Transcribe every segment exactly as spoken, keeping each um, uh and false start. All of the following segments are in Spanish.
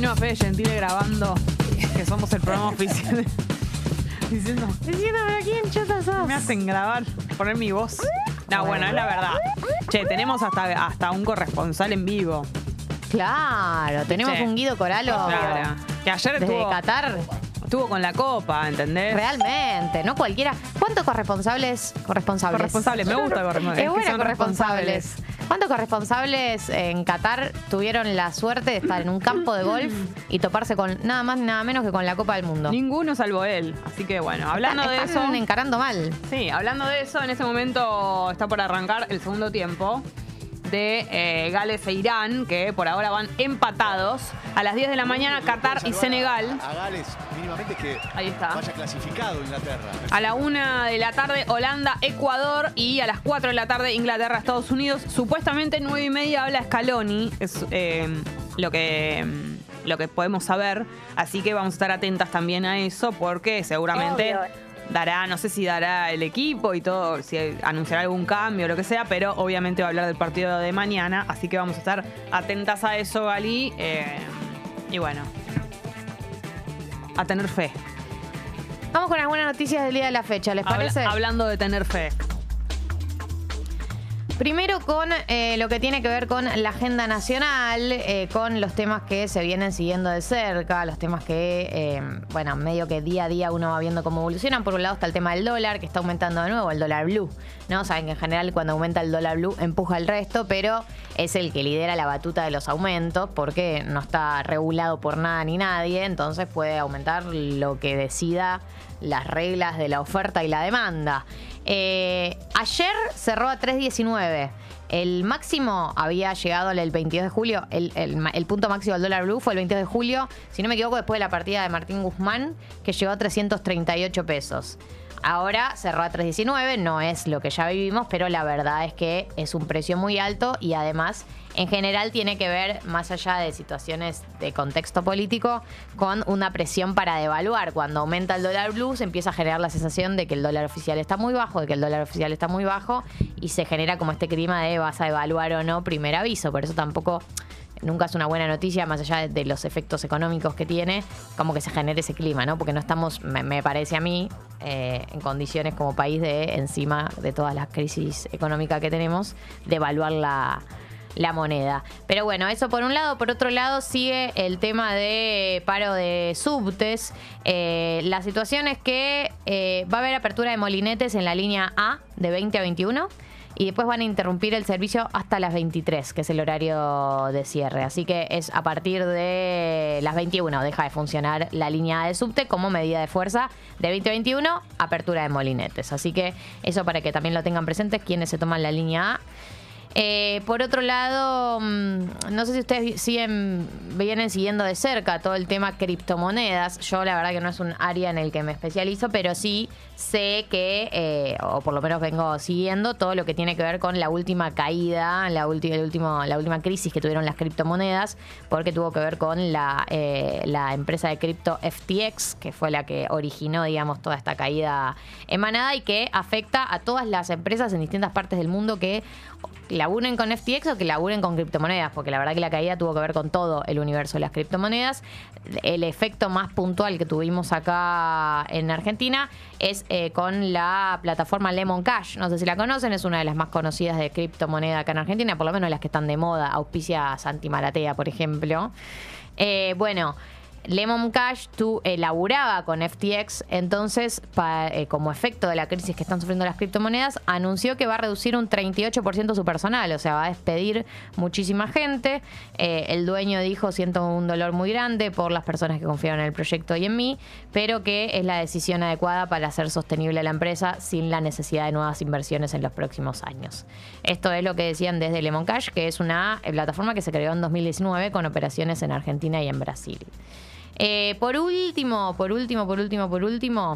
imagino a Fede Gentile grabando, que somos el programa oficial, diciendo, diciendo, pero ¿quién chota sos? Me hacen grabar, poner mi voz. No, bueno, es la verdad. Che, tenemos hasta, hasta un corresponsal en vivo. Claro, tenemos Che. un Guido Coralo. Claro. Que ayer Desde estuvo, Qatar. estuvo con la copa, ¿entendés? Realmente, no cualquiera. ¿Cuántos corresponsables? Corresponsables. Corresponsables, me gusta corresponsables. Es buena, son corresponsables. ¿Cuántos corresponsables en Qatar tuvieron la suerte de estar en un campo de golf y toparse con nada más ni nada menos que con la Copa del Mundo? Ninguno salvo él. Así que bueno, hablando Están- de eso. están encarando mal. Sí, hablando de eso, en ese momento está por arrancar el segundo tiempo de eh, Gales e Irán, que por ahora van empatados. A las diez de la mañana, Qatar y Senegal. A, a Gales, mínimamente que Ahí está. vaya clasificado Inglaterra. A la una de la tarde, Holanda, Ecuador. Y a las cuatro de la tarde, Inglaterra, Estados Unidos. Supuestamente nueve y media habla Scaloni. Es eh, lo que... lo que podemos saber. Así que vamos a estar atentas también a eso, porque seguramente dará, no sé si dará el equipo y todo, si anunciará algún cambio o lo que sea, pero obviamente va a hablar del partido de mañana, así que vamos a estar atentas a eso, Gali. Eh, y bueno, a tener fe. Vamos con algunas noticias del día de la fecha, ¿les parece? Habla- hablando de tener fe. Primero con eh, lo que tiene que ver con la agenda nacional, eh, con los temas que se vienen siguiendo de cerca, los temas que, eh, bueno, medio que día a día uno va viendo cómo evolucionan. Por un lado está el tema del dólar, que está aumentando de nuevo, el dólar blue, ¿no? Saben que en general cuando aumenta el dólar blue empuja el resto, pero es el que lidera la batuta de los aumentos porque no está regulado por nada ni nadie, entonces puede aumentar lo que decida las reglas de la oferta y la demanda. Eh, ayer cerró a tres diecinueve. El máximo había llegado el veintidós de julio. El, el, el punto máximo del dólar blue fue el veintidós de julio. Si no me equivoco, después de la partida de Martín Guzmán, que llegó a trescientos treinta y ocho pesos. Ahora cerró a tres diecinueve, no es lo que ya vivimos, pero la verdad es que es un precio muy alto y además en general tiene que ver, más allá de situaciones de contexto político, con una presión para devaluar. Cuando aumenta el dólar blue se empieza a generar la sensación de que el dólar oficial está muy bajo, de que el dólar oficial está muy bajo y se genera como este clima de vas a devaluar o no, primer aviso. Por eso tampoco... Nunca es una buena noticia, más allá de, de los efectos económicos que tiene, como que se genere ese clima, ¿no? Porque no estamos, me, me parece a mí, eh, en condiciones como país de, encima de todas las crisis económicas que tenemos, de evaluar la, la moneda. Pero bueno, eso por un lado. Por otro lado, sigue el tema de paro de subtes. Eh, la situación es que eh, va a haber apertura de molinetes en la línea A de veinte a veintiuno. Y después van a interrumpir el servicio hasta las veintitrés, que es el horario de cierre. Así que es a partir de las veintiuno, deja de funcionar la línea A de subte como medida de fuerza. De veinte a veintiuno, apertura de molinetes. Así que eso para que también lo tengan presentes quienes se toman la línea A. Eh, por otro lado, no sé si ustedes siguen, vienen siguiendo de cerca todo el tema criptomonedas. Yo la verdad que no es un área en el que me especializo, pero sí sé que, eh, o por lo menos vengo siguiendo todo lo que tiene que ver con la última caída, la, ulti- el último, la última crisis que tuvieron las criptomonedas, porque tuvo que ver con la, eh, la empresa de cripto F T X, que fue la que originó, digamos, toda esta caída emanada y que afecta a todas las empresas en distintas partes del mundo que laburen con F T X o que laburen con criptomonedas, porque la verdad que la caída tuvo que ver con todo el universo de las criptomonedas. El efecto más puntual que tuvimos acá en Argentina es eh, con la plataforma Lemon Cash. No sé si la conocen, es una de las más conocidas de criptomoneda acá en Argentina, por lo menos las que están de moda. Auspicia Santi Maratea, por ejemplo. Eh, bueno... Lemon Cash tú, eh, laburaba con F T X, entonces, pa, eh, como efecto de la crisis que están sufriendo las criptomonedas, anunció que va a reducir un treinta y ocho por ciento su personal, o sea, va a despedir muchísima gente. Eh, el dueño dijo, siento un dolor muy grande por las personas que confiaron en el proyecto y en mí, pero que es la decisión adecuada para hacer sostenible la empresa sin la necesidad de nuevas inversiones en los próximos años. Esto es lo que decían desde Lemon Cash, que es una plataforma que se creó en dos mil diecinueve con operaciones en Argentina y en Brasil. Eh, por último, por último, por último, por último,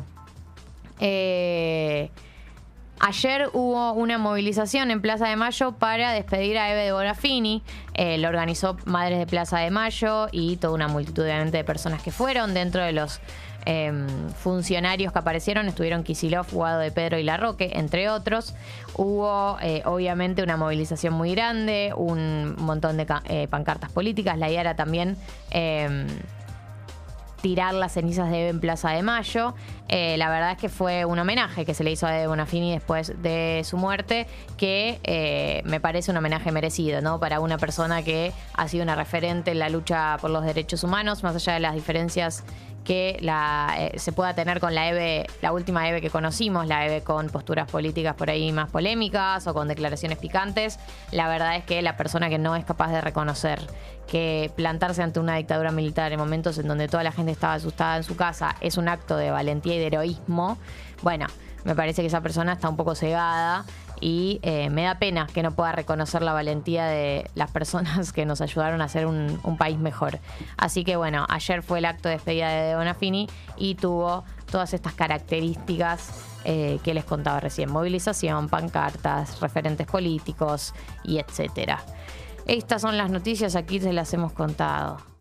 eh, ayer hubo una movilización en Plaza de Mayo para despedir a Eve de Bonafini. Eh, lo organizó Madres de Plaza de Mayo y toda una multitud obviamente de personas que fueron dentro de los eh, funcionarios que aparecieron. Estuvieron Kicillof, Guado de Pedro y Larroque, entre otros. Hubo, eh, obviamente, una movilización muy grande, un montón de eh, pancartas políticas. La idea era también Eh, tirar las cenizas de Eve en Plaza de Mayo. Eh, la verdad es que fue un homenaje que se le hizo a Eve Bonafini después de su muerte, que eh, me parece un homenaje merecido, ¿no? Para una persona que ha sido una referente en la lucha por los derechos humanos, más allá de las diferencias que la, eh, se pueda tener con la Eve, la última Eve que conocimos, la Eve con posturas políticas por ahí más polémicas o con declaraciones picantes. La verdad es que la persona que no es capaz de reconocer que plantarse ante una dictadura militar en momentos en donde toda la gente estaba asustada en su casa es un acto de valentía y de heroísmo, bueno, me parece que esa persona está un poco cegada y eh, me da pena que no pueda reconocer la valentía de las personas que nos ayudaron a hacer un, un país mejor. Así que bueno, ayer fue el acto de despedida de Bonafini y tuvo todas estas características eh, que les contaba recién: movilización, pancartas, referentes políticos y etcétera. Estas son las noticias, aquí se las hemos contado.